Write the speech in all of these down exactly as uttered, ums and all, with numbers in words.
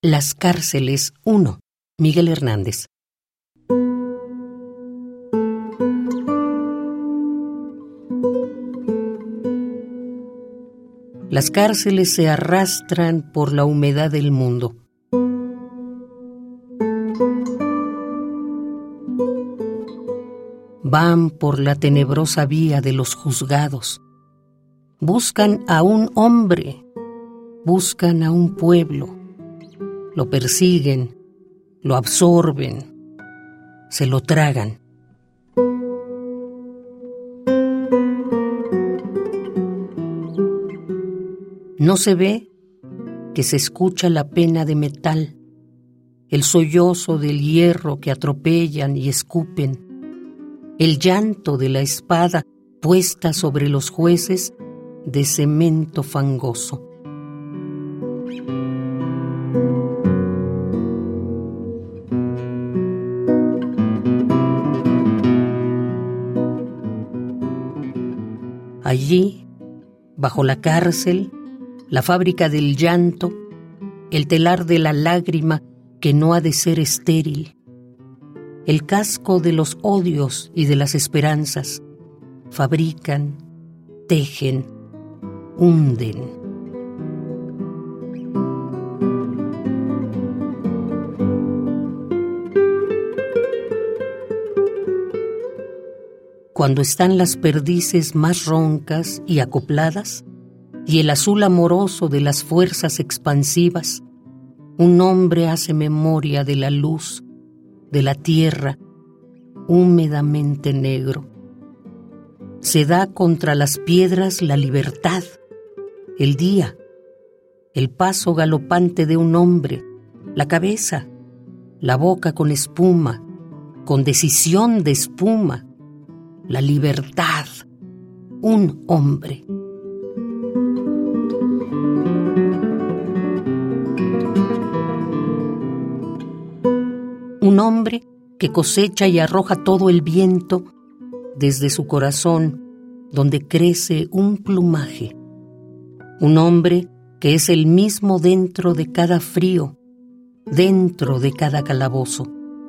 Las cárceles uno. Miguel Hernández. Las cárceles se arrastran por la humedad del mundo. Van por la tenebrosa vía de los juzgados. Buscan a un hombre, buscan a un pueblo. Lo persiguen, lo absorben, se lo tragan. No se ve que se escucha la pena de metal, el sollozo del hierro que atropellan y escupen, el llanto de la espada puesta sobre los jueces de cemento fangoso. Allí, bajo la cárcel, la fábrica del llanto, el telar de la lágrima que no ha de ser estéril, el casco de los odios y de las esperanzas, fabrican, tejen, hunden. Cuando están las perdices más roncas y acopladas, y el azul amoroso de las fuerzas expansivas, un hombre hace memoria de la luz, de la tierra, húmedamente negro. Se da contra las piedras la libertad, el día, el paso galopante de un hombre, la cabeza, la boca con espuma, con decisión de espuma, la libertad, un hombre. Un hombre que cosecha y arroja todo el viento desde su corazón, donde crece un plumaje. Un hombre que es el mismo dentro de cada frío, dentro de cada calabozo.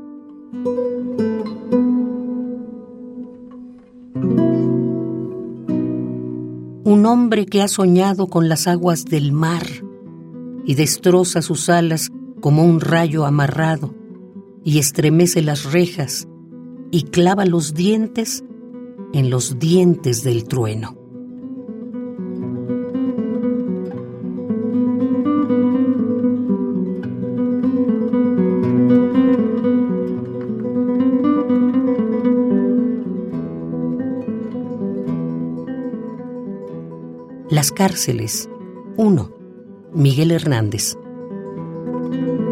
Un hombre que ha soñado con las aguas del mar y destroza sus alas como un rayo amarrado y estremece las rejas y clava los dientes en los dientes del trueno. Las cárceles uno. Miguel Hernández.